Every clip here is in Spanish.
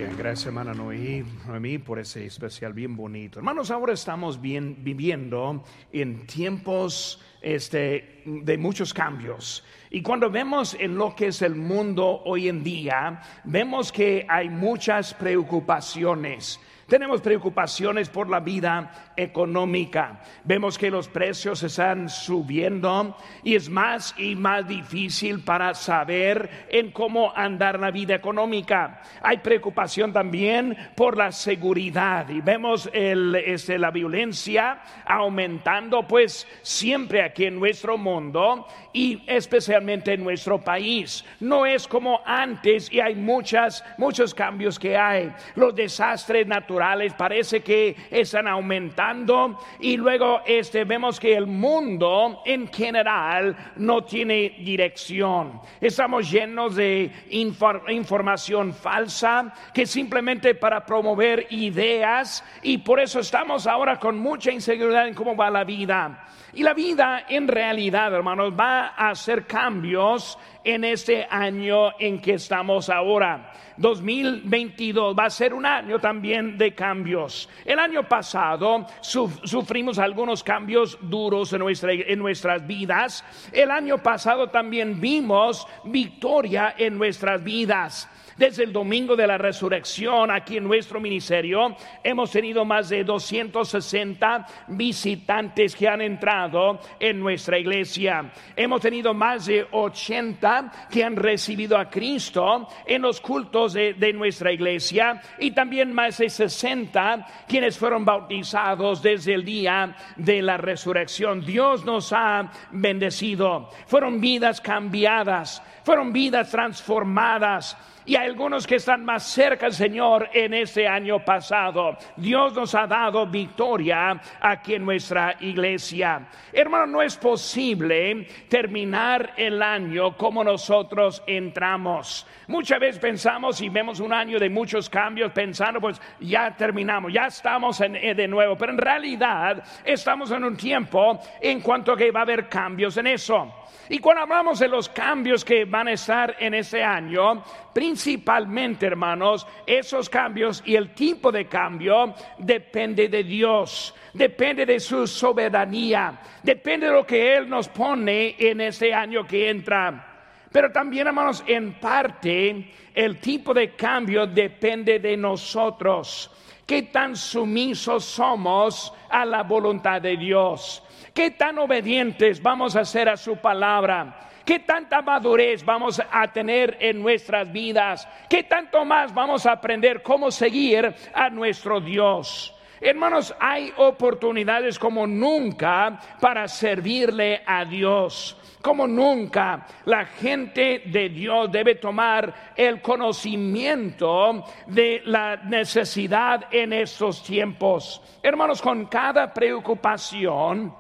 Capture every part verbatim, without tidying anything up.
Bien, gracias hermana Noemí, Noemí por ese especial bien bonito. Hermanos, ahora estamos bien, viviendo en tiempos este, de muchos cambios. Y cuando vemos en lo que es el mundo hoy en día, vemos que hay muchas preocupaciones. Tenemos preocupaciones por la vida económica. Vemos que los precios están subiendo y es más y más difícil para saber en cómo andar la vida económica. Hay preocupación también por la seguridad y vemos el, este, la violencia aumentando pues siempre aquí en nuestro mundo y especialmente en nuestro país. No es como antes y hay muchas, muchos cambios que hay. Los desastres naturales parece que están aumentando y luego este, vemos que el mundo en general no tiene dirección. Estamos llenos de infor- información falsa que simplemente para promover ideas, y por eso estamos ahora con mucha inseguridad en cómo va la vida. Y la vida en realidad, hermanos, va a hacer cambios en este año en que estamos ahora. dos mil veintidós va a ser un año también de cambios. El año pasado suf- sufrimos algunos cambios duros en, nuestra, en nuestras vidas. El año pasado también vimos victoria en nuestras vidas. Desde el domingo de la resurrección, aquí en nuestro ministerio, hemos tenido más de doscientos sesenta visitantes que han entrado en nuestra iglesia. Hemos tenido más de ochenta que han recibido a Cristo en los cultos de, de nuestra iglesia, y también más de sesenta quienes fueron bautizados desde el día de la resurrección. Dios nos ha bendecido. Fueron vidas cambiadas, fueron vidas transformadas. Y hay algunos que están más cerca del Señor en este año pasado. Dios nos ha dado victoria aquí en nuestra iglesia. Hermano, no es posible terminar el año como nosotros entramos. Muchas veces pensamos y vemos un año de muchos cambios pensando pues ya terminamos, ya estamos en, de nuevo. Pero en realidad estamos en un tiempo en cuanto que va a haber cambios en eso. Y cuando hablamos de los cambios que van a estar en ese año, principalmente, hermanos, esos cambios y el tipo de cambio depende de Dios, depende de su soberanía, depende de lo que Él nos pone en ese año que entra. Pero también, hermanos, en parte, el tipo de cambio depende de nosotros. ¿Qué tan sumisos somos a la voluntad de Dios? ¿Qué tan obedientes vamos a ser a su palabra? ¿Qué tanta madurez vamos a tener en nuestras vidas? ¿Qué tanto más vamos a aprender cómo seguir a nuestro Dios? Hermanos, hay oportunidades como nunca para servirle a Dios. Como nunca, la gente de Dios debe tomar el conocimiento de la necesidad en estos tiempos. Hermanos, con cada preocupación,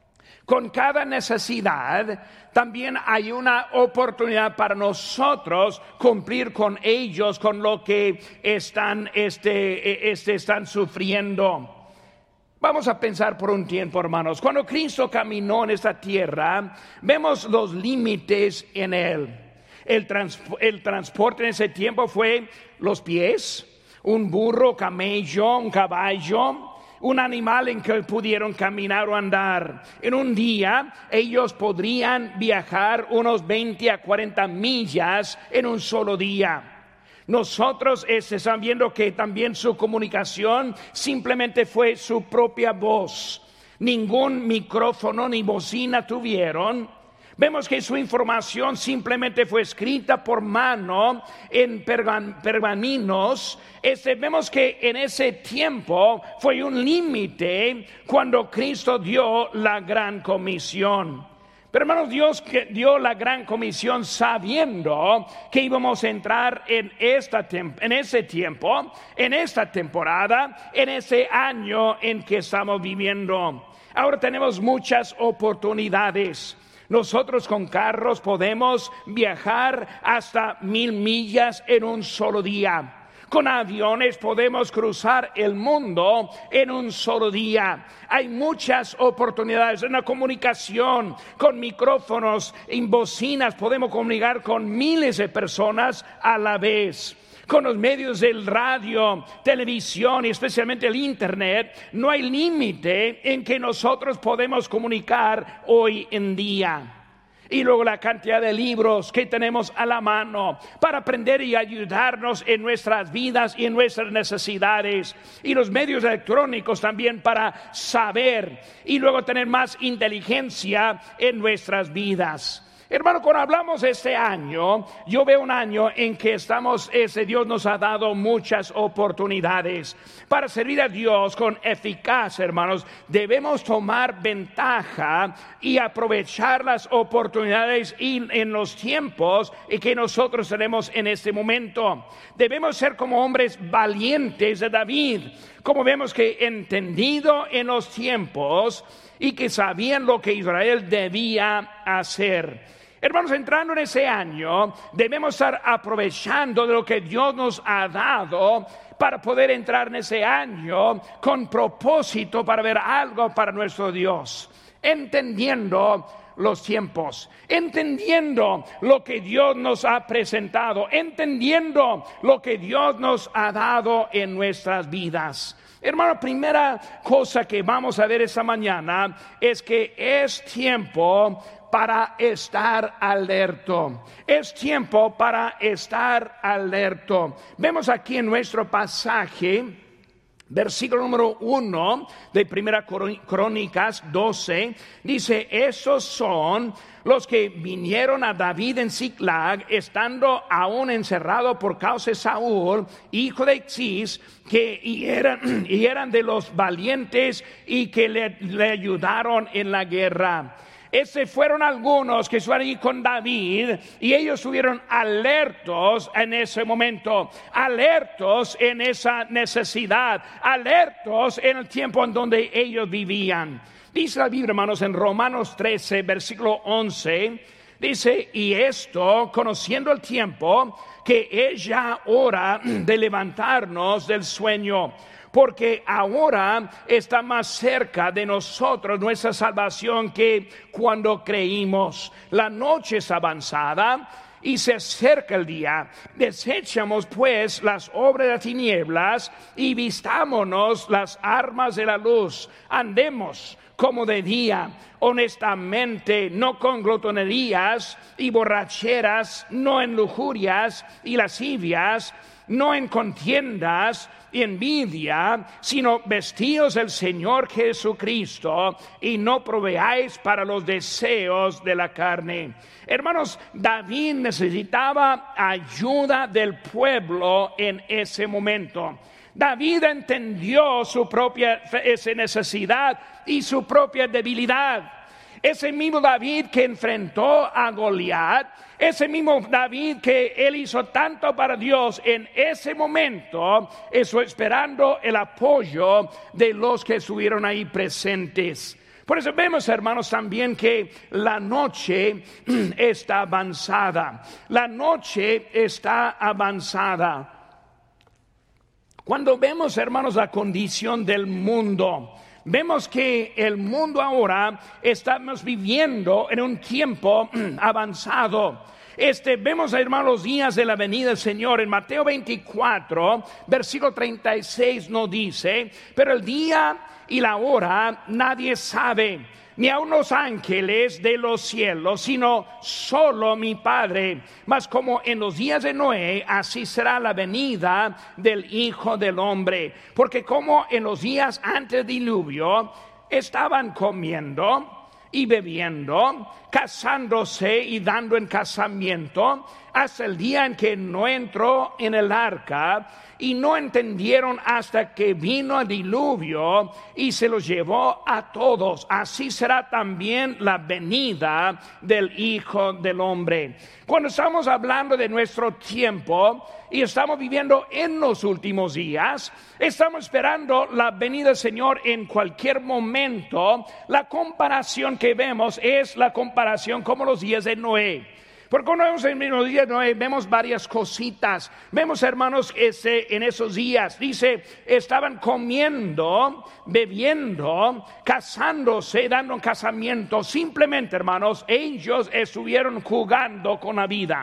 con cada necesidad, también hay una oportunidad para nosotros cumplir con ellos, con lo que están, este, este, están sufriendo. Vamos a pensar por un tiempo, hermanos. Cuando Cristo caminó en esta tierra, vemos los límites en Él. El, trans, el transporte en ese tiempo fue los pies, un burro, camello, un caballo, un animal en que pudieron caminar o andar. En un día ellos podrían viajar unos veinte a cuarenta millas en un solo día. Nosotros este, están viendo que también su comunicación simplemente fue su propia voz. Ningún micrófono ni bocina tuvieron. Vemos que su información simplemente fue escrita por mano en pergaminos. Este, vemos que en ese tiempo fue un límite cuando Cristo dio la gran comisión. Pero hermanos, Dios que dio la gran comisión sabiendo que íbamos a entrar en, esta tem- en ese tiempo, en esta temporada, en ese año en que estamos viviendo. Ahora tenemos muchas oportunidades. Nosotros con carros podemos viajar hasta mil millas en un solo día. Con aviones podemos cruzar el mundo en un solo día. Hay muchas oportunidades en la comunicación. Con micrófonos y bocinas podemos comunicar con miles de personas a la vez. Con los medios del radio, televisión y especialmente el internet, no hay límite en que nosotros podemos comunicar hoy en día. Y luego la cantidad de libros que tenemos a la mano para aprender y ayudarnos en nuestras vidas y en nuestras necesidades. Y los medios electrónicos también para saber y luego tener más inteligencia en nuestras vidas. Hermano, cuando hablamos de este año, yo veo un año en que estamos, ese Dios nos ha dado muchas oportunidades para servir a Dios con eficacia, hermanos. Debemos tomar ventaja y aprovechar las oportunidades y en los tiempos que nosotros tenemos en este momento. Debemos ser como hombres valientes de David, como vemos que entendido en los tiempos y que sabían lo que Israel debía hacer. Hermanos, entrando en ese año, debemos estar aprovechando de lo que Dios nos ha dado para poder entrar en ese año con propósito para ver algo para nuestro Dios, entendiendo los tiempos, entendiendo lo que Dios nos ha presentado, entendiendo lo que Dios nos ha dado en nuestras vidas. Hermano, primera cosa que vamos a ver esta mañana es que es tiempo para estar alerto. Es tiempo para estar alerto. Vemos aquí en nuestro pasaje, versículo número uno de Primera Crónicas doce, dice: esos son los que vinieron a David en Ziklag, estando aún encerrado por causa de Saúl, hijo de Cis, que y eran, y eran de los valientes y que le, le ayudaron en la guerra. Esos fueron algunos que estuvieron ahí con David y ellos estuvieron alertos en ese momento, alertos en esa necesidad, alertos en el tiempo en donde ellos vivían. Dice la Biblia, hermanos, en Romanos trece, versículo once, dice: y esto, conociendo el tiempo, que es ya hora de levantarnos del sueño, porque ahora está más cerca de nosotros nuestra salvación que cuando creímos. La noche es avanzada y se acerca el día. Desechamos pues las obras de las tinieblas y vistámonos las armas de la luz. Andemos como de día, honestamente, no con glotonerías y borracheras, no en lujurias y lascivias, no en contiendas y envidia, sino vestidos del Señor Jesucristo y no proveáis para los deseos de la carne. Hermanos, David necesitaba ayuda del pueblo en ese momento. David entendió su propia esa necesidad y su propia debilidad. Ese mismo David que enfrentó a Goliat, ese mismo David que él hizo tanto para Dios, en ese momento estuvo esperando el apoyo de los que estuvieron ahí presentes. Por eso vemos, hermanos, también que la noche está avanzada. La noche está avanzada. Cuando vemos, hermanos, la condición del mundo, vemos que el mundo ahora estamos viviendo en un tiempo avanzado. Este, vemos, hermanos, los días de la venida del Señor. En Mateo veinticuatro, versículo treinta y seis nos dice: pero el día y la hora nadie sabe, ni aun los ángeles de los cielos, sino solo mi Padre. Mas como en los días de Noé, así será la venida del Hijo del Hombre. Porque como en los días antes del diluvio, estaban comiendo y bebiendo, casándose y dando en casamiento, hasta el día en que no entró en el arca, y no entendieron hasta que vino el diluvio y se los llevó a todos. Así será también la venida del Hijo del Hombre. Cuando estamos hablando de nuestro tiempo y estamos viviendo en los últimos días, estamos esperando la venida del Señor en cualquier momento. La comparación que vemos es la comparación como los días de Noé. Porque cuando vemos en los días de Noé, vemos varias cositas. Vemos, hermanos, ese, en esos días, dice, estaban comiendo, bebiendo, casándose, dando un casamiento. Simplemente, hermanos, ellos estuvieron jugando con la vida.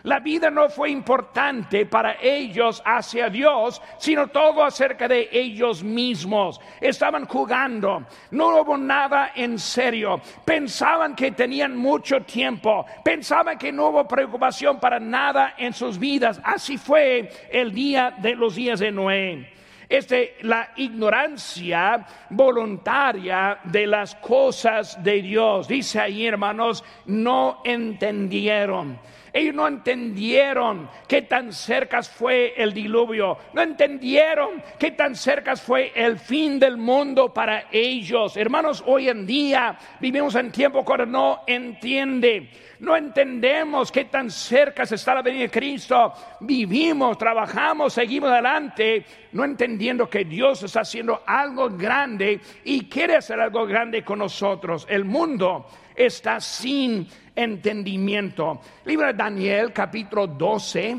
La vida no fue importante para ellos hacia Dios, sino todo acerca de ellos mismos. Estaban jugando, no hubo nada en serio. Pensaban que tenían mucho tiempo, pensaban que no hubo preocupación para nada en sus vidas. Así fue el día de los días de Noé. Este, la ignorancia voluntaria de las cosas de Dios. Dice ahí, hermanos, no entendieron. Ellos no entendieron qué tan cerca fue el diluvio. No entendieron qué tan cerca fue el fin del mundo para ellos. Hermanos, hoy en día vivimos en tiempo cuando no entiende. No entendemos qué tan cerca está la venida de Cristo. Vivimos, trabajamos, seguimos adelante, no entendiendo que Dios está haciendo algo grande y quiere hacer algo grande con nosotros. El mundo está sin entendimiento. Libro de Daniel, capítulo doce.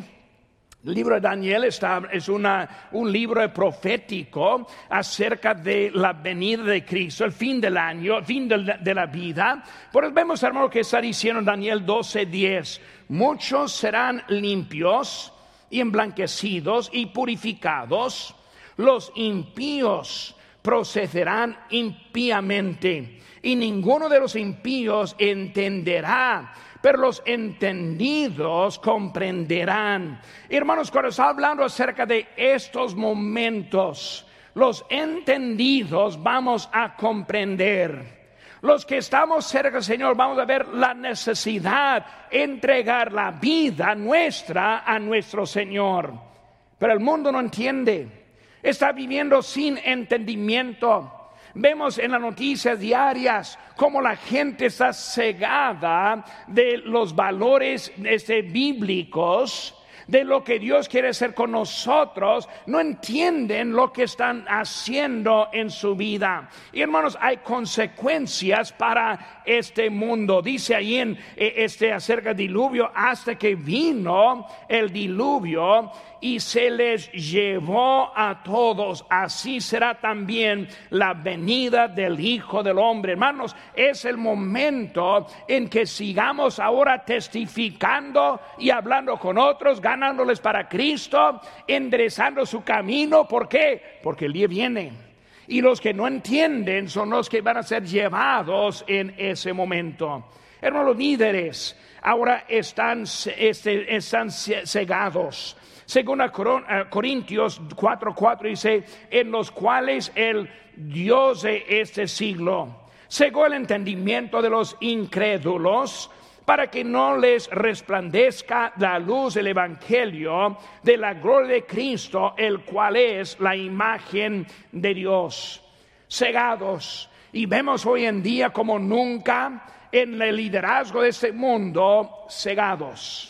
El libro de Daniel está, es una, un libro profético acerca de la venida de Cristo, el fin del año, el fin de la, de la vida. Por eso vemos, hermano, que está diciendo Daniel doce diez. Muchos serán limpios y emblanquecidos y purificados. Los impíos procederán impíamente, y ninguno de los impíos entenderá, pero los entendidos comprenderán. Hermanos, cuando está hablando acerca de estos momentos, los entendidos vamos a comprender. Los que estamos cerca del Señor vamos a ver la necesidad de entregar la vida nuestra a nuestro Señor. Pero el mundo no entiende, está viviendo sin entendimiento. Vemos en las noticias diarias cómo la gente está cegada de los valores este, bíblicos, de lo que Dios quiere hacer con nosotros. No entienden lo que están haciendo en su vida. Y hermanos, hay consecuencias para este mundo. Dice ahí en este acerca del diluvio, hasta que vino el diluvio y se les llevó a todos, así será también la venida del Hijo del Hombre. Hermanos, es el momento en que sigamos ahora testificando y hablando con otros, ganándoles para Cristo, enderezando su camino. ¿Por qué? Porque el día viene, y los que no entienden son los que van a ser llevados en ese momento. Hermanos, los líderes ahora están, este, están cegados. Según a Corintios cuatro cuatro dice, en los cuales el Dios de este siglo cegó el entendimiento de los incrédulos, para que no les resplandezca la luz del evangelio de la gloria de Cristo, el cual es la imagen de Dios. Cegados. Y vemos hoy en día como nunca en el liderazgo de este mundo, cegados.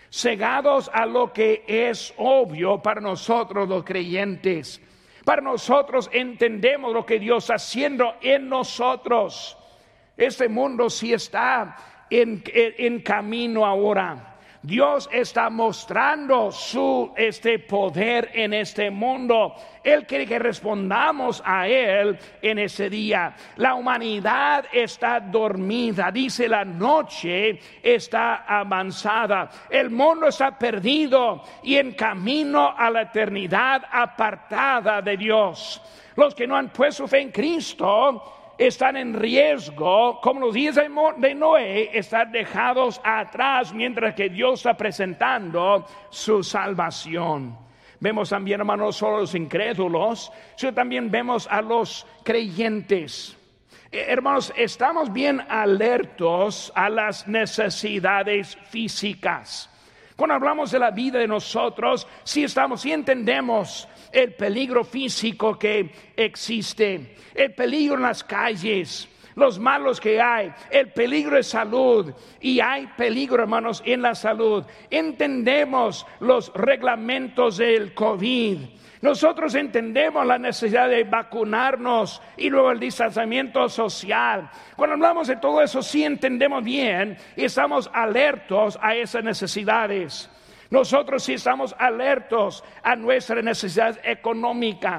Cegados a lo que es obvio para nosotros los creyentes. Para nosotros entendemos lo que Dios está haciendo en nosotros. Este mundo sí está en, en, en camino ahora. Dios está mostrando su este poder en este mundo. Él quiere que respondamos a Él en ese día. La humanidad está dormida. Dice, la noche está avanzada. El mundo está perdido y en camino a la eternidad, apartada de Dios. Los que no han puesto fe en Cristo están en riesgo, como los días de Noé, están dejados atrás mientras que Dios está presentando su salvación. Vemos también, hermanos, no solo a los incrédulos, sino también vemos a los creyentes. Eh, hermanos, estamos bien alertos a las necesidades físicas. Cuando hablamos de la vida de nosotros, sí estamos, sí entendemos el peligro físico que existe, el peligro en las calles, los malos que hay, el peligro de salud, y hay peligro, hermanos, en la salud. Entendemos los reglamentos del COVID. Nosotros entendemos la necesidad de vacunarnos y luego el distanciamiento social. Cuando hablamos de todo eso, sí entendemos bien y estamos alertos a esas necesidades. Nosotros sí estamos alertos a nuestras necesidades económicas.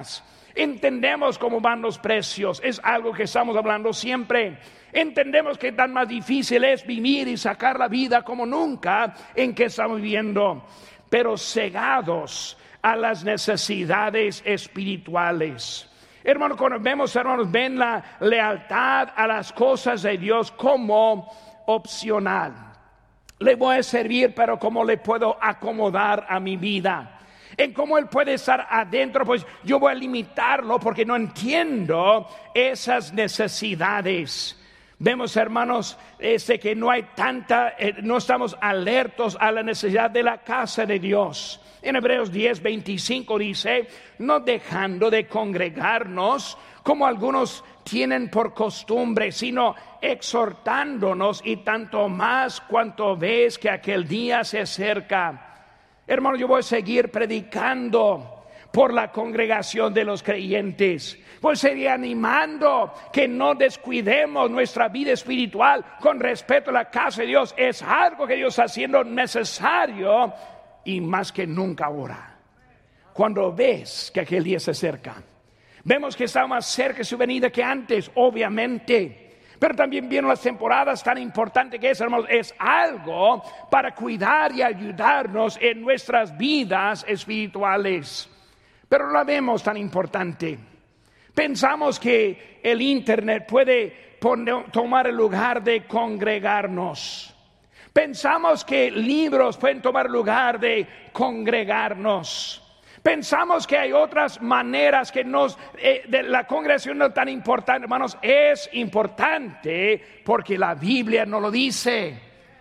Entendemos cómo van los precios, es algo que estamos hablando siempre. Entendemos que tan más difícil es vivir y sacar la vida como nunca en que estamos viviendo, pero cegados a las necesidades espirituales. Hermanos, cuando vemos, hermanos, ven la lealtad a las cosas de Dios como opcional. Le voy a servir, pero ¿cómo le puedo acomodar a mi vida? En cómo Él puede estar adentro, pues yo voy a limitarlo porque no entiendo esas necesidades. Vemos, hermanos, este, que no hay tanta, eh, no estamos alertos a la necesidad de la casa de Dios. En Hebreos diez, veinticinco dice, no dejando de congregarnos como algunos tienen por costumbre, sino exhortándonos, y tanto más cuanto ves que aquel día se acerca. Hermano, yo voy a seguir predicando por la congregación de los creyentes. Voy a seguir animando que no descuidemos nuestra vida espiritual con respecto a la casa de Dios. Es algo que Dios está haciendo necesario y más que nunca ahora. Cuando ves que aquel día se acerca, vemos que está más cerca de su venida que antes, obviamente. Pero también vienen las temporadas tan importantes que es, hermanos, es algo para cuidar y ayudarnos en nuestras vidas espirituales. Pero no la vemos tan importante. Pensamos que el internet puede poner, tomar el lugar de congregarnos. Pensamos que libros pueden tomar el lugar de congregarnos. Pensamos que hay otras maneras que nos, eh, de la congregación no es tan importante. Hermanos, es importante porque la Biblia nos lo dice,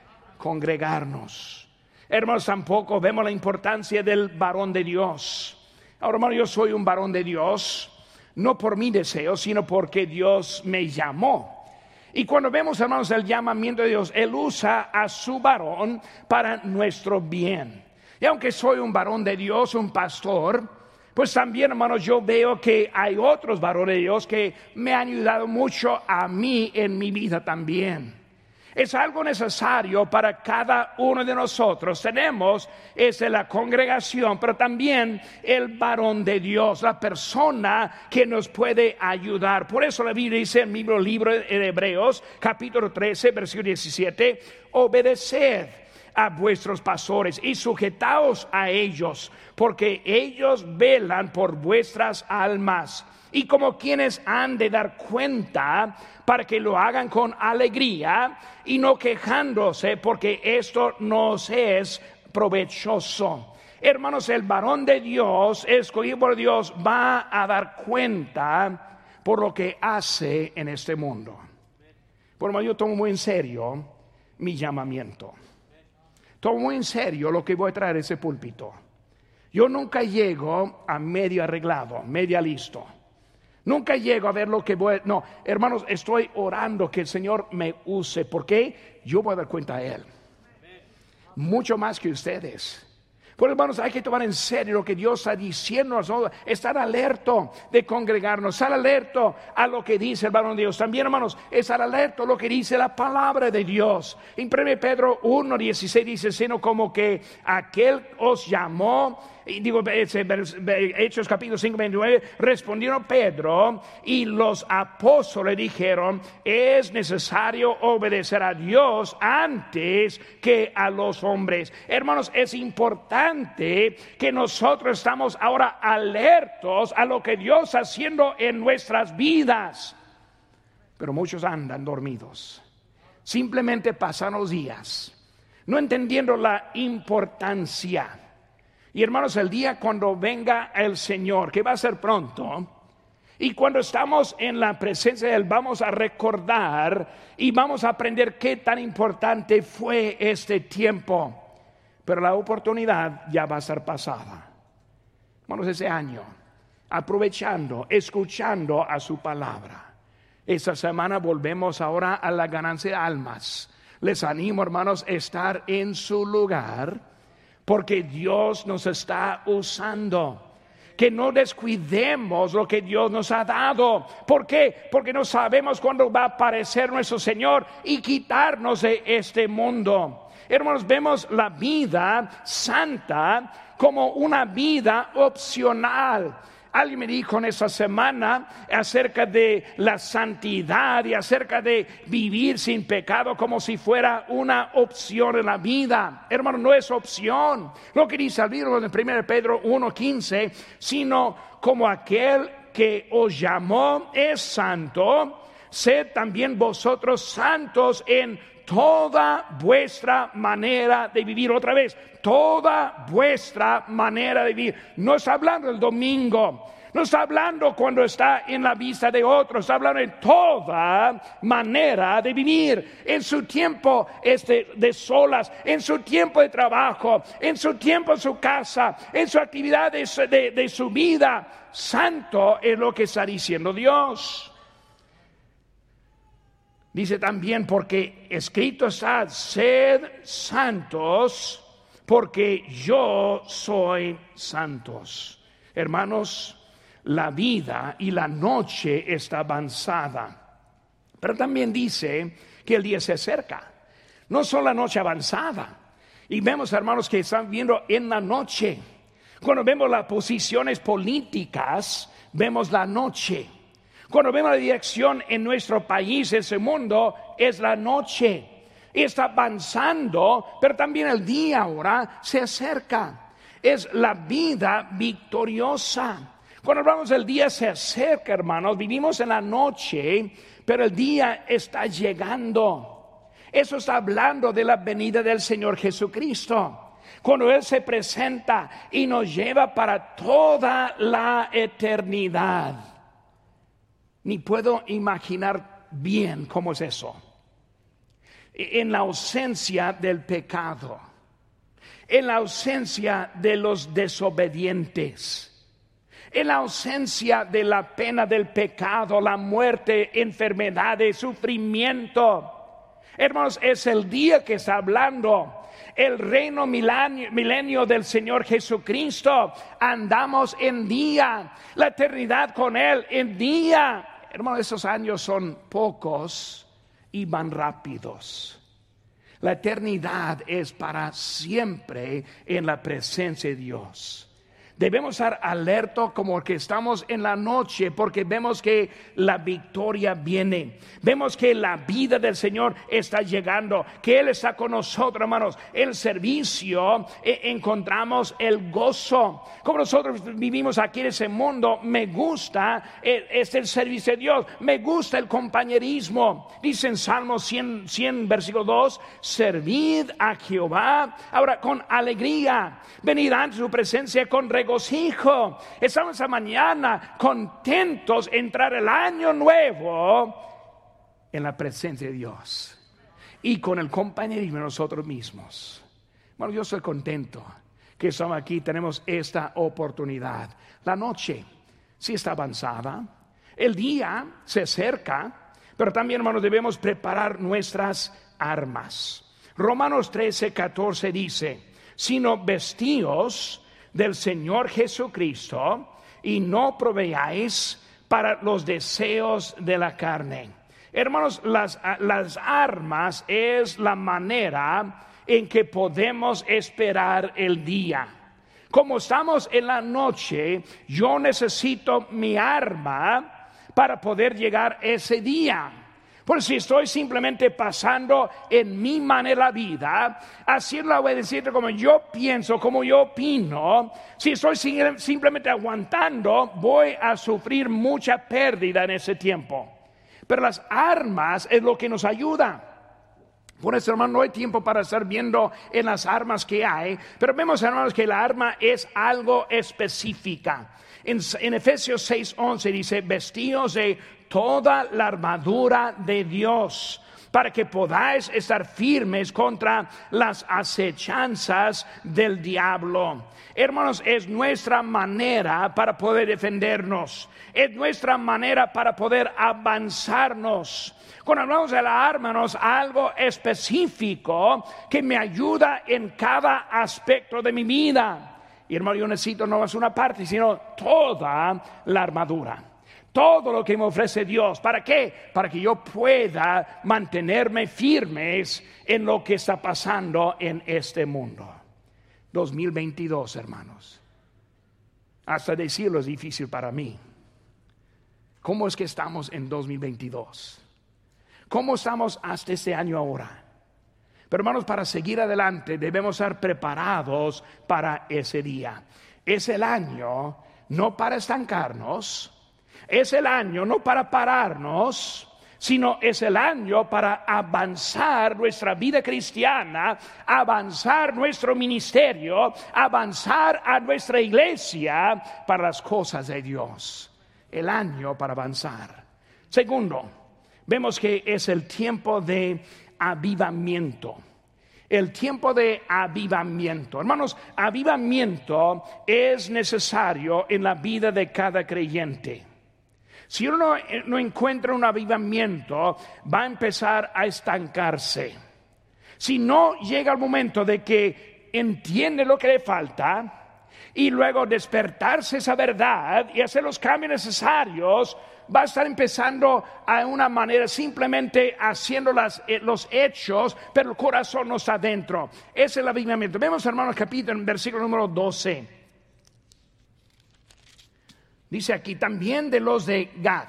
congregarnos. Hermanos, tampoco vemos la importancia del varón de Dios. Ahora, hermano, yo soy un varón de Dios, no por mi deseo, sino porque Dios me llamó. Y cuando vemos, hermanos, el llamamiento de Dios, Él usa a su varón para nuestro bien. Y aunque soy un varón de Dios, un pastor, pues también, hermanos, yo veo que hay otros varones de Dios que me han ayudado mucho a mí en mi vida también. Es algo necesario para cada uno de nosotros. Tenemos es la congregación, pero también el varón de Dios, la persona que nos puede ayudar. Por eso la Biblia dice en mi libro de Hebreos, capítulo trece, versículo diecisiete, obedeced a vuestros pastores y sujetaos a ellos, porque ellos velan por vuestras almas, y como quienes han de dar cuenta, para que lo hagan con alegría y no quejándose, porque esto nos es provechoso. Hermanos, el varón de Dios, escogido por Dios, va a dar cuenta por lo que hace en este mundo. Por lo menos yo tomo muy en serio mi llamamiento. Tomo muy en serio lo que voy a traer a ese púlpito. Yo nunca llego a medio arreglado, media listo. Nunca llego a ver lo que voy a... No, hermanos, estoy orando que el Señor me use. ¿Por qué? Yo voy a dar cuenta a Él. Mucho más que ustedes. Pues, hermanos, hay que tomar en serio lo que Dios está diciendo. Estar alerto de congregarnos, estar alerto a lo que dice el varón de Dios. También, hermanos, estar alerto a lo que dice la palabra de Dios. En primero Pedro uno dieciséis dice, sino como que aquel os llamó, y digo, Hechos capítulo cinco veintinueve, respondieron Pedro y los apóstoles dijeron, es necesario obedecer a Dios antes que a los hombres. Hermanos, es importante que nosotros estamos ahora alertos a lo que Dios está haciendo en nuestras vidas. Pero muchos andan dormidos, simplemente pasan los días, no entendiendo la importancia. Y hermanos, el día cuando venga el Señor, que va a ser pronto, y cuando estamos en la presencia de Él, vamos a recordar y vamos a aprender qué tan importante fue este tiempo. Pero la oportunidad ya va a ser pasada. Hermanos, ese año, aprovechando, escuchando a su palabra. Esta semana volvemos ahora a la ganancia de almas. Les animo, hermanos, a estar en su lugar, porque Dios nos está usando. Que no descuidemos lo que Dios nos ha dado. ¿Por qué? Porque no sabemos cuándo va a aparecer nuestro Señor y quitarnos de este mundo. Hermanos, vemos la vida santa como una vida opcional. Alguien me dijo en esa semana acerca de la santidad y acerca de vivir sin pecado como si fuera una opción en la vida. Hermano, no es opción. Lo que dice el libro de primera Pedro uno quince, sino como aquel que os llamó es santo, sed también vosotros santos en toda vuestra manera de vivir. Otra vez, toda vuestra manera de vivir. No está hablando el domingo, no está hablando cuando está en la vista de otros, está hablando de toda manera de vivir. En su tiempo este, de solas, en su tiempo de trabajo, en su tiempo en su casa, en su actividad de, de, de su vida. Santo es lo que está diciendo Dios. Dice también, porque escrito está, sed santos, porque yo soy santos. Hermanos, la vida y la noche está avanzada, pero también dice que el día se acerca. No solo la noche avanzada, y vemos, hermanos, que están viendo en la noche. Cuando vemos las posiciones políticas, vemos la noche. Cuando vemos la dirección en nuestro país, ese mundo, es la noche. Está avanzando, pero también el día ahora se acerca. Es la vida victoriosa. Cuando hablamos del día se acerca, hermanos, vivimos en la noche, pero el día está llegando. Eso está hablando de la venida del Señor Jesucristo. Cuando Él se presenta y nos lleva para toda la eternidad. Ni puedo imaginar bien cómo es eso. En la ausencia del pecado, en la ausencia de los desobedientes, en la ausencia de la pena del pecado, la muerte, enfermedades, sufrimiento. Hermanos, es el día que está hablando. El reino milenio, milenio del Señor Jesucristo. Andamos en día. La eternidad con Él en día. Hermanos, esos años son pocos y van rápidos. La eternidad es para siempre en la presencia de Dios. Debemos estar alertos como que estamos en la noche, porque vemos que la victoria viene. Vemos que la vida del Señor está llegando, que Él está con nosotros, hermanos. El servicio, eh, encontramos el gozo. Como nosotros vivimos aquí en ese mundo, me gusta eh, es el servicio de Dios. Me gusta el compañerismo. Dice en Salmo cien, cien versículo dos, servid a Jehová ahora con alegría. Venid ante su presencia con regocijo. Estamos esta mañana contentos de entrar el año nuevo en la presencia de Dios y con el compañerismo de nosotros mismos. Bueno, yo estoy contento que estamos aquí, tenemos esta oportunidad. La noche sí está avanzada, el día se acerca, pero también, hermanos, debemos preparar nuestras armas. Romanos trece, catorce dice, sino vestíos del Señor Jesucristo y no proveáis para los deseos de la carne. Hermanos, las, las armas es la manera en que podemos esperar el día. Como estamos en la noche, yo necesito mi arma para poder llegar ese día. Por si estoy simplemente pasando en mi manera de vida, haciendo obedeciendo como yo pienso, como yo opino, si estoy simplemente aguantando, voy a sufrir mucha pérdida en ese tiempo. Pero las armas es lo que nos ayuda. Por eso, hermano, no hay tiempo para estar viendo en las armas que hay, pero vemos, hermanos, que la arma es algo específica. En, en Efesios seis once dice, vestíos de toda la armadura de Dios, para que podáis estar firmes contra las acechanzas del diablo. Hermanos, es nuestra manera para poder defendernos, es nuestra manera para poder avanzarnos. Cuando hablamos de la arma, hermanos, algo específico que me ayuda en cada aspecto de mi vida. Y hermano, yo necesito no más una parte, sino toda la armadura. Todo lo que me ofrece Dios. ¿Para qué? Para que yo pueda mantenerme firmes en lo que está pasando en este mundo. dos mil veintidós, hermanos. Hasta decirlo es difícil para mí. ¿Cómo es que estamos en dos mil veintidós? ¿Cómo estamos hasta este año ahora? Pero hermanos, para seguir adelante debemos estar preparados para ese día. Es el año no para estancarnos, es el año no para pararnos, sino es el año para avanzar nuestra vida cristiana, avanzar nuestro ministerio, avanzar a nuestra iglesia para las cosas de Dios. El año para avanzar. Segundo, vemos que es el tiempo de avivamiento. El tiempo de avivamiento. Hermanos, avivamiento es necesario en la vida de cada creyente. Si uno no encuentra un avivamiento, va a empezar a estancarse. Si no llega el momento de que entiende lo que le falta y luego despertarse esa verdad y hacer los cambios necesarios, va a estar empezando a una manera simplemente haciendo las, eh, los hechos, pero el corazón no está dentro. Es el avivamiento. Vemos, hermanos, capítulo en versículo número doce. Dice aquí, también de los de Gad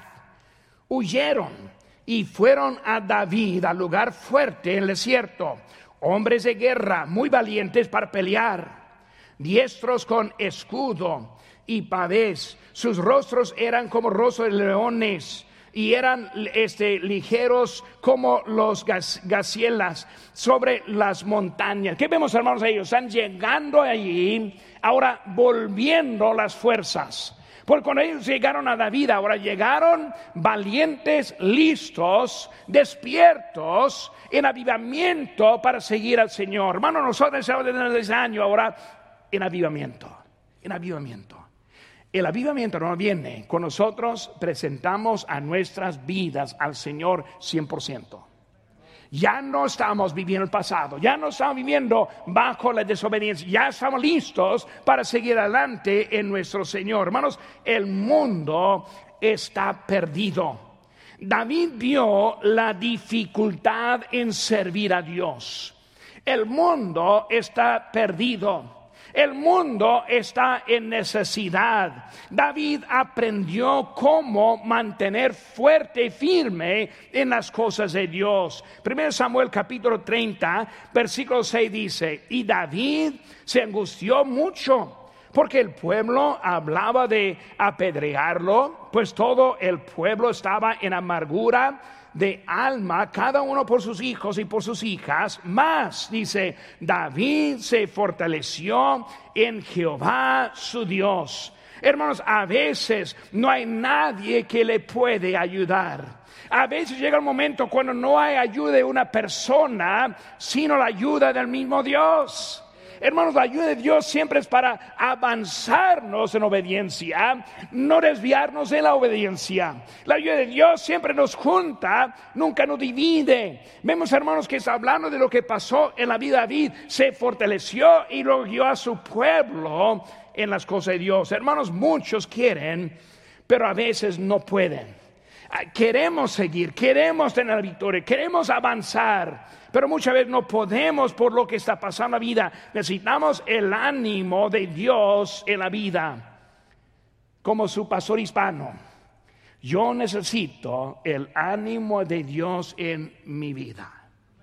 huyeron y fueron a David al lugar fuerte en el desierto, hombres de guerra muy valientes para pelear, diestros con escudo y pavés. Sus rostros eran como rostros de leones y eran este, ligeros como los gacielas sobre las montañas. ¿Qué vemos, hermanos? Ellos están llegando allí, ahora volviendo las fuerzas. Porque cuando ellos llegaron a David, ahora llegaron valientes, listos, despiertos, en avivamiento para seguir al Señor. Hermano, nosotros estamos en ese año ahora en avivamiento, en avivamiento. El avivamiento no viene cuando nosotros presentamos a nuestras vidas al Señor cien por ciento. Ya no estamos viviendo el pasado, ya no estamos viviendo bajo la desobediencia, ya estamos listos para seguir adelante en nuestro Señor. Hermanos, el mundo está perdido. David vio la dificultad en servir a Dios. El mundo está perdido. El mundo está en necesidad. David aprendió cómo mantener fuerte y firme en las cosas de Dios. Primero Samuel capítulo treinta, versículo seis dice: y David se angustió mucho, porque el pueblo hablaba de apedrearlo, pues todo el pueblo estaba en amargura de alma, cada uno por sus hijos y por sus hijas. Más, dice, David se fortaleció en Jehová su Dios. Hermanos, a veces no hay nadie que le puede ayudar. A veces llega el momento cuando no hay ayuda de una persona, sino la ayuda del mismo Dios. Hermanos, la ayuda de Dios siempre es para avanzarnos en obediencia, no desviarnos de la obediencia. La ayuda de Dios siempre nos junta, nunca nos divide. Vemos, hermanos, que está hablando de lo que pasó en la vida de David. Se fortaleció y lo guió a su pueblo en las cosas de Dios. Hermanos, muchos quieren, pero a veces no pueden. Queremos seguir, queremos tener la victoria, queremos avanzar, pero muchas veces no podemos por lo que está pasando en la vida. Necesitamos el ánimo de Dios en la vida. Como su pastor hispano, yo necesito el ánimo de Dios en mi vida.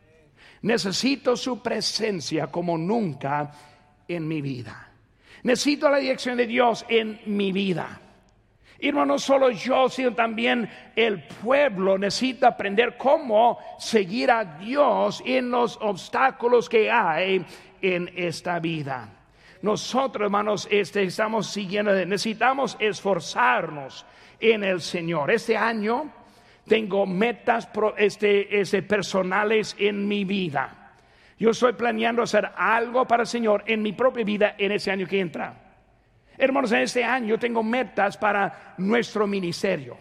Necesito su presencia como nunca en mi vida. Necesito la dirección de Dios en mi vida. Y no, no solo yo, sino también el pueblo necesita aprender cómo seguir a Dios en los obstáculos que hay en esta vida. Nosotros, hermanos, este, estamos siguiendo, necesitamos esforzarnos en el Señor. Este año tengo metas este, este, personales en mi vida. Yo estoy planeando hacer algo para el Señor en mi propia vida en ese año que entra. Hermanos, en este año tengo metas para nuestro ministerio.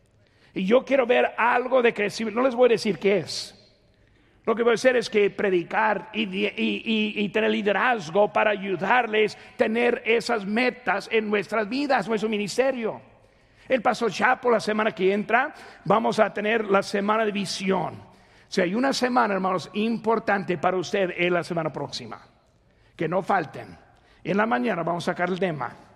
Y yo quiero ver algo de crecimiento. No les voy a decir qué es. Lo que voy a hacer es que predicar y, y, y, y tener liderazgo para ayudarles a tener esas metas en nuestras vidas, nuestro ministerio. El pastor Chapo, la semana que entra, vamos a tener la semana de visión. Si hay una semana, hermanos, importante para usted es la semana próxima. Que no falten. En la mañana vamos a sacar el tema.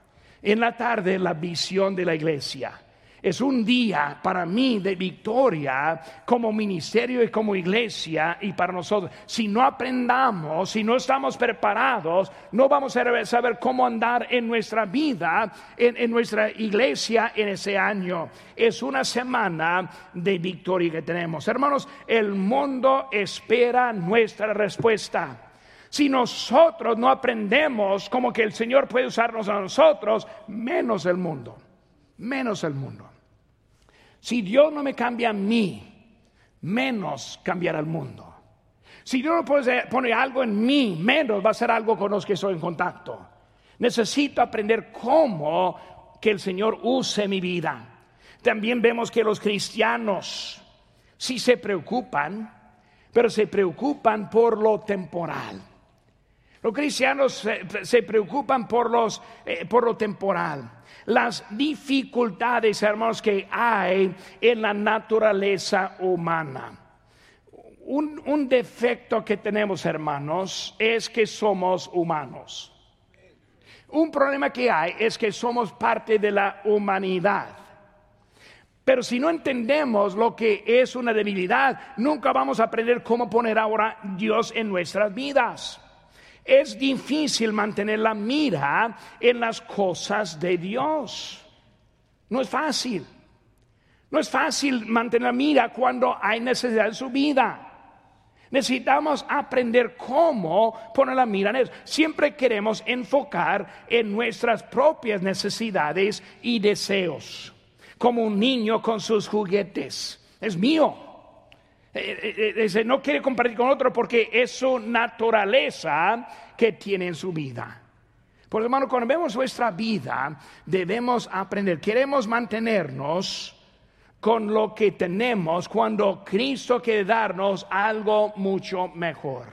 En la tarde, la visión de la iglesia. Es un día para mí de victoria como ministerio y como iglesia y para nosotros. Si no aprendamos, si no estamos preparados, no vamos a saber cómo andar en nuestra vida, en, en nuestra iglesia en ese año. Es una semana de victoria que tenemos. Hermanos, el mundo espera nuestra respuesta. Si nosotros no aprendemos cómo que el Señor puede usarnos a nosotros, menos el mundo, menos el mundo. Si Dios no me cambia a mí, menos cambiará el mundo. Si Dios no puede poner algo en mí, menos va a ser algo con los que estoy en contacto. Necesito aprender cómo que el Señor use mi vida. También vemos que los cristianos sí se preocupan, pero se preocupan por lo temporal. Los cristianos se, se preocupan por, los, eh, por lo temporal. Las dificultades, hermanos, que hay en la naturaleza humana. Un, un defecto que tenemos, hermanos, es que somos humanos. Un problema que hay es que somos parte de la humanidad. Pero si no entendemos lo que es una debilidad, nunca vamos a aprender cómo poner ahora Dios en nuestras vidas. Es difícil mantener la mira en las cosas de Dios. No es fácil. No es fácil mantener la mira cuando hay necesidad en su vida. Necesitamos aprender cómo poner la mira en eso. Siempre queremos enfocar en nuestras propias necesidades y deseos. Como un niño con sus juguetes. Es mío. Ese no quiere compartir con otro porque es su naturaleza que tiene en su vida. Por eso, hermano, cuando vemos nuestra vida, debemos aprender. Queremos mantenernos con lo que tenemos cuando Cristo quiere darnos algo mucho mejor.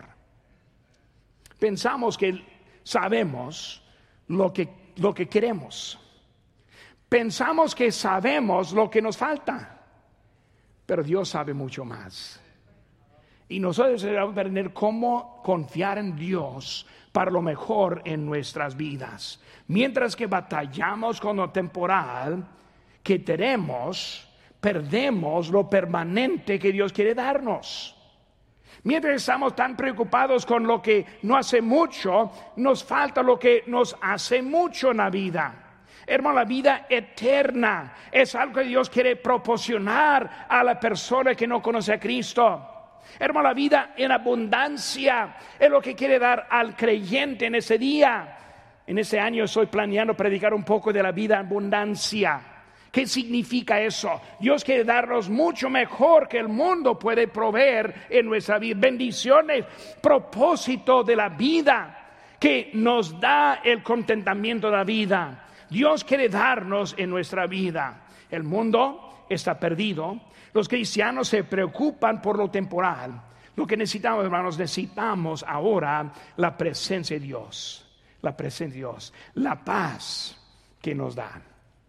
Pensamos que sabemos lo que, lo que queremos. Pensamos que sabemos lo que nos falta. Pero Dios sabe mucho más. Y nosotros debemos aprender cómo confiar en Dios para lo mejor en nuestras vidas. Mientras que batallamos con lo temporal que tenemos, perdemos lo permanente que Dios quiere darnos. Mientras estamos tan preocupados con lo que no hace mucho, nos falta lo que nos hace mucho en la vida. Hermano, la vida eterna es algo que Dios quiere proporcionar a la persona que no conoce a Cristo. Hermano, la vida en abundancia es lo que quiere dar al creyente en ese día. En ese año estoy planeando predicar un poco de la vida en abundancia. ¿Qué significa eso? Dios quiere darnos mucho mejor que el mundo puede proveer en nuestra vida. Bendiciones, propósito de la vida que nos da el contentamiento de la vida. Dios quiere darnos en nuestra vida. El mundo está perdido. Los cristianos se preocupan por lo temporal. Lo que necesitamos, hermanos, necesitamos ahora la presencia de Dios. La presencia de Dios. La paz que nos da.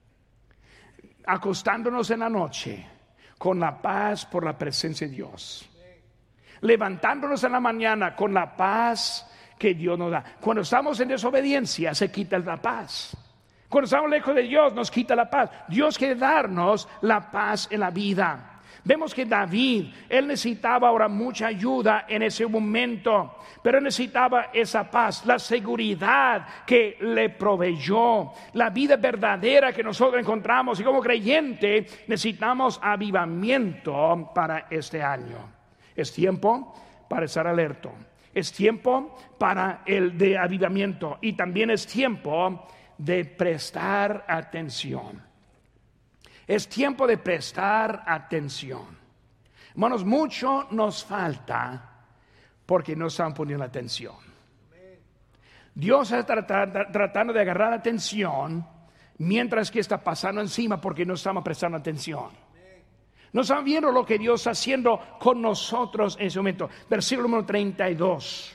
Acostándonos en la noche con la paz por la presencia de Dios. Levantándonos en la mañana con la paz que Dios nos da. Cuando estamos en desobediencia se quita la paz. Cuando estamos lejos de Dios nos quita la paz. Dios quiere darnos la paz en la vida. Vemos que David, él necesitaba ahora mucha ayuda en ese momento, pero necesitaba esa paz, la seguridad que le proveyó, la vida verdadera que nosotros encontramos. Y como creyente necesitamos avivamiento para este año. Es tiempo para estar alerta. Es tiempo para el de avivamiento y también es tiempo de prestar atención. Es tiempo de prestar atención. Hermanos, mucho nos falta porque no están poniendo atención. Dios está tratando de agarrar atención mientras que está pasando encima porque no estamos prestando atención. No estamos viendo lo que Dios está haciendo con nosotros en ese momento. Versículo número treinta y dos.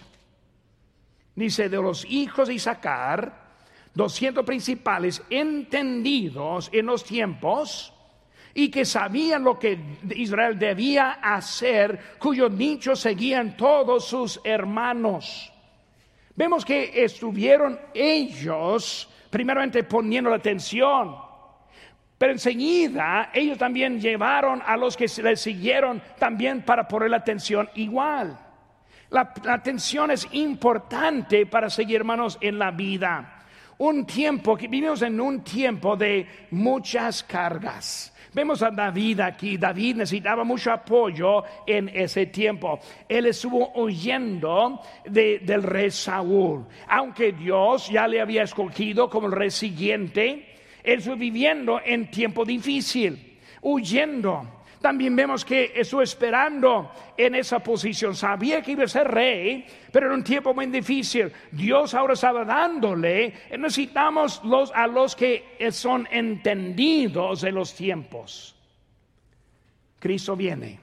Dice, de los hijos de Isaacar, doscientos principales entendidos en los tiempos y que sabían lo que Israel debía hacer, cuyos dichos seguían todos sus hermanos. Vemos que estuvieron ellos primeramente poniendo la atención, pero enseguida ellos también llevaron a los que les siguieron también para poner la atención igual. La, la atención es importante para seguir, hermanos, en la vida. Un tiempo, que vivimos en un tiempo de muchas cargas. Vemos a David aquí. David necesitaba mucho apoyo en ese tiempo. Él estuvo huyendo de, del rey Saúl. Aunque Dios ya le había escogido como el rey siguiente, él estuvo viviendo en tiempo difícil, huyendo. También vemos que estuvo esperando en esa posición. Sabía que iba a ser rey, pero en un tiempo muy difícil. Dios ahora estaba dándole. Necesitamos los, a los que son entendidos de los tiempos. Cristo viene.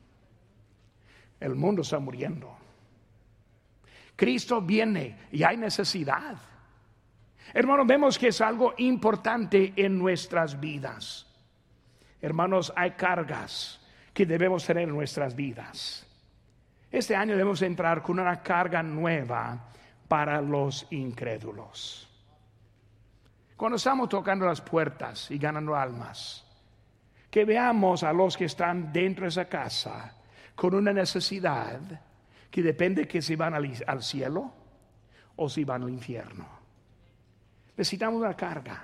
El mundo está muriendo. Cristo viene y hay necesidad. Hermanos, vemos que es algo importante en nuestras vidas. Hermanos, hay cargas que debemos tener en nuestras vidas. Este año debemos entrar con una carga nueva para los incrédulos. Cuando estamos tocando las puertas y ganando almas, que veamos a los que están dentro de esa casa con una necesidad que depende que si van al, al cielo o si van al infierno. Necesitamos una carga.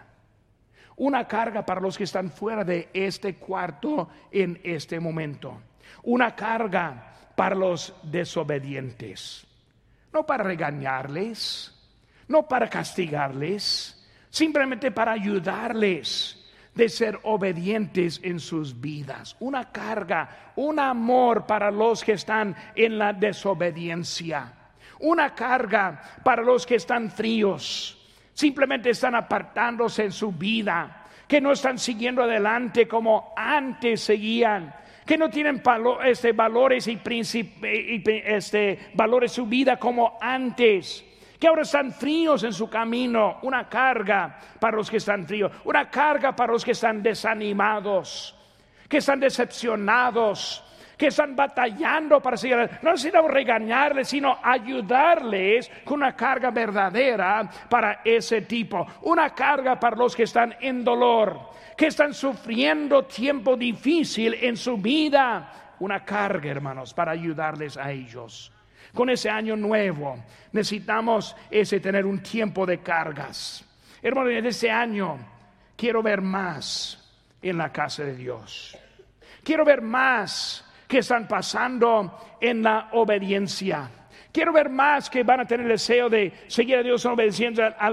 Una carga para los que están fuera de este cuarto en este momento. Una carga para los desobedientes. No para regañarles, no para castigarles, simplemente para ayudarles de ser obedientes en sus vidas. Una carga, un amor para los que están en la desobediencia. Una carga para los que están fríos. Simplemente están apartándose en su vida, que no están siguiendo adelante como antes seguían, que no tienen palo, este, valores y, y este, valores su vida como antes, que ahora están fríos en su camino. Una carga para los que están fríos, una carga para los que están desanimados, que están decepcionados, que están batallando para seguir. No necesitamos regañarles, sino ayudarles con una carga verdadera para ese tipo. Una carga para los que están en dolor, que están sufriendo tiempo difícil en su vida. Una carga, hermanos, para ayudarles a ellos. Con ese año nuevo necesitamos ese tener un tiempo de cargas. Hermanos, en este año quiero ver más en la casa de Dios. Quiero ver más que están pasando en la obediencia. Quiero ver más que van a tener el deseo de seguir a Dios en obediencia al, al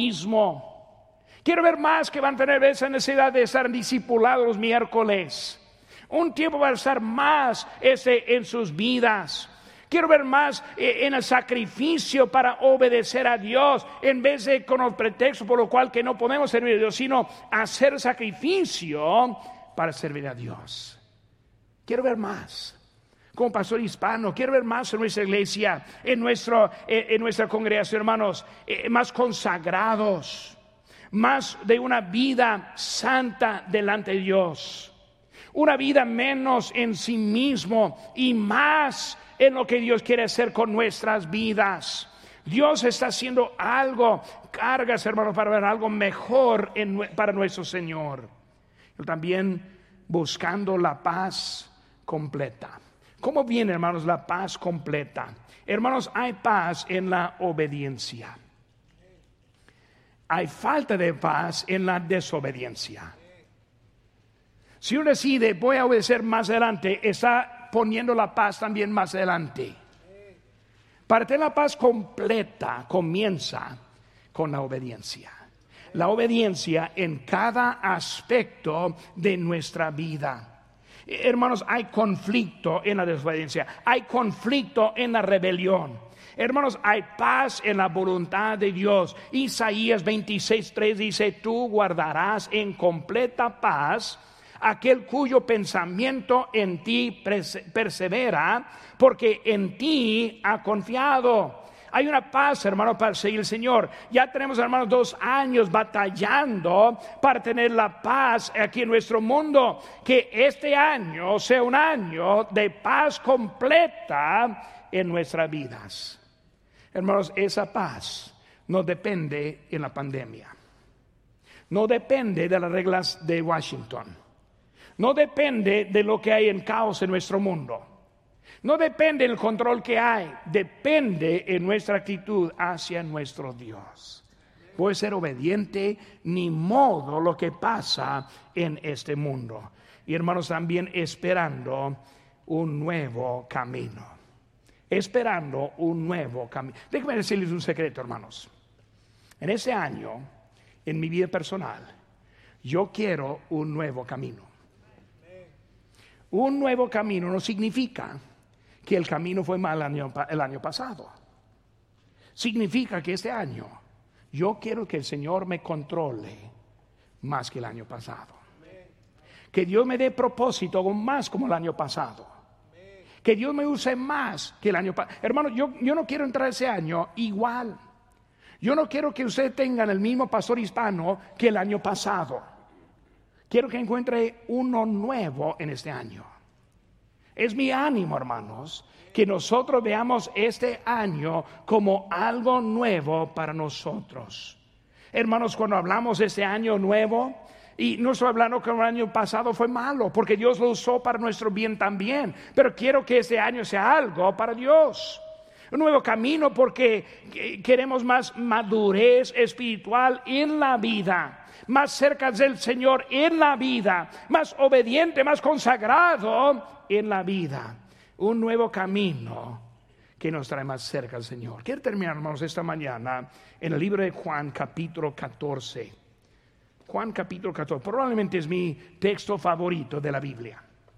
bautismo. Quiero ver más que van a tener esa necesidad de estar discipulados los miércoles. Un tiempo para estar más ese en sus vidas. Quiero ver más eh, en el sacrificio para obedecer a Dios, en vez de con el pretexto por lo cual que no podemos servir a Dios, sino hacer sacrificio para servir a Dios. Quiero ver más. Como pastor hispano, quiero ver más en nuestra iglesia, en, nuestro, eh, en nuestra congregación, hermanos, eh, más consagrados, más de una vida santa delante de Dios, una vida menos en sí mismo y más en lo que Dios quiere hacer con nuestras vidas. Dios está haciendo algo, cargas, hermanos, para ver algo mejor en, para nuestro Señor. Pero también buscando la paz completa. ¿Cómo viene, hermanos, la paz completa? Hermanos, hay paz en la obediencia. Hay falta de paz en la desobediencia. Si uno decide voy a obedecer más adelante, está poniendo la paz también más adelante. Para tener la paz completa comienza con la obediencia. La obediencia en cada aspecto de nuestra vida. Hermanos, hay conflicto en la desobediencia, hay conflicto en la rebelión. Hermanos, hay paz en la voluntad de Dios. Isaías veintiséis tres dice: tú guardarás en completa paz aquel cuyo pensamiento en ti persevera, porque en ti ha confiado. Hay una paz, hermanos, para seguir al Señor. Ya tenemos, hermanos, dos años batallando para tener la paz aquí en nuestro mundo. Que este año sea un año de paz completa en nuestras vidas. Hermanos, esa paz no depende en la pandemia. no depende de las reglas de Washington, no depende de lo que hay en caos en nuestro mundo, no depende del control que hay, depende en nuestra actitud hacia nuestro Dios. Voy a ser obediente, ni modo lo que pasa en este mundo. Y hermanos, también esperando un nuevo camino. Esperando un nuevo camino. Déjenme decirles un secreto, hermanos. En ese año, en mi vida personal, yo quiero un nuevo camino. Un nuevo camino no significa que el camino fue mal el año, el año pasado. Significa que este año yo quiero que el Señor me controle más que el año pasado. Que Dios me dé propósito más como el año pasado. Que Dios me use más que el año pasado. Hermano, yo, yo no quiero entrar ese año igual. Yo no quiero que ustedes tengan el mismo pastor hispano que el año pasado. Quiero que encuentre uno nuevo en este año. Es mi ánimo, hermanos, que nosotros veamos este año como algo nuevo para nosotros. Hermanos, cuando hablamos de este año nuevo, y no estoy hablando que el año pasado fue malo, porque Dios lo usó para nuestro bien también, pero quiero que este año sea algo para Dios. Un nuevo camino porque queremos más madurez espiritual en la vida, más cerca del Señor en la vida, más obediente, más consagrado en la vida. Un nuevo camino que nos trae más cerca al Señor. Quiero terminar, hermanos, esta mañana en el libro de Juan, capítulo catorce. Juan, capítulo catorce, probablemente es mi texto favorito de la Biblia.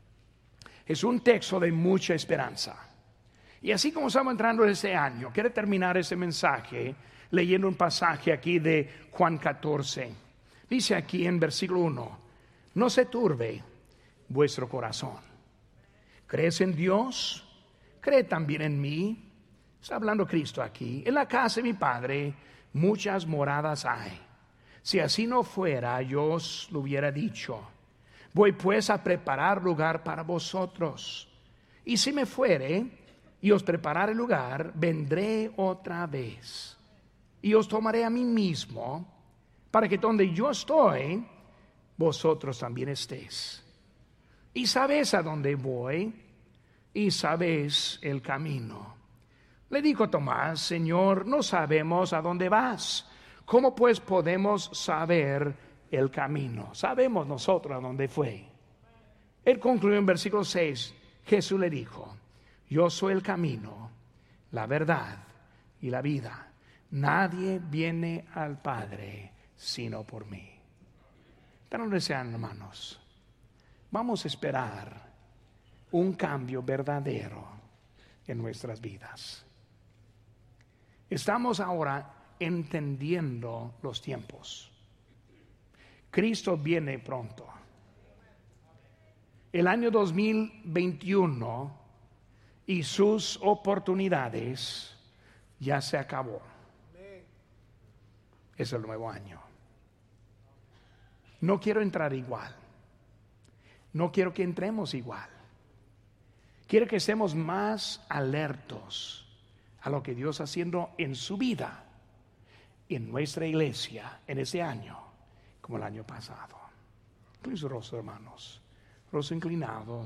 Es un texto de mucha esperanza. Y así como estamos entrando en este año, quiero terminar ese mensaje leyendo un pasaje aquí de Juan catorce. Dice aquí en versículo uno: no se turbe vuestro corazón. ¿Crees en Dios? Cree también en mí. Está hablando Cristo aquí. En la casa de mi Padre muchas moradas hay. Si así no fuera, yo os lo hubiera dicho. Voy pues a preparar lugar para vosotros. Y si me fuere y os preparare lugar, vendré otra vez y os tomaré a mí mismo, para que donde yo estoy, vosotros también estéis. Y sabéis a dónde voy, y sabéis el camino. Le dijo Tomás: Señor, no sabemos a dónde vas. ¿Cómo pues podemos saber el camino? Sabemos nosotros a dónde fue. Él concluyó en versículo seis. Jesús le dijo: yo soy el camino, la verdad y la vida. Nadie viene al Padre sino por mí. Pero desean, hermanos, vamos a esperar un cambio verdadero en nuestras vidas. Estamos ahora entendiendo los tiempos. Cristo viene pronto. El año dos mil veintiuno y sus oportunidades ya se acabó. Es el nuevo año. No quiero entrar igual. No quiero que entremos igual. Quiero que estemos más alertos a lo que Dios está haciendo en su vida, en nuestra iglesia, en ese año, como el año pasado. Incluso, hermanos, rostro inclinado.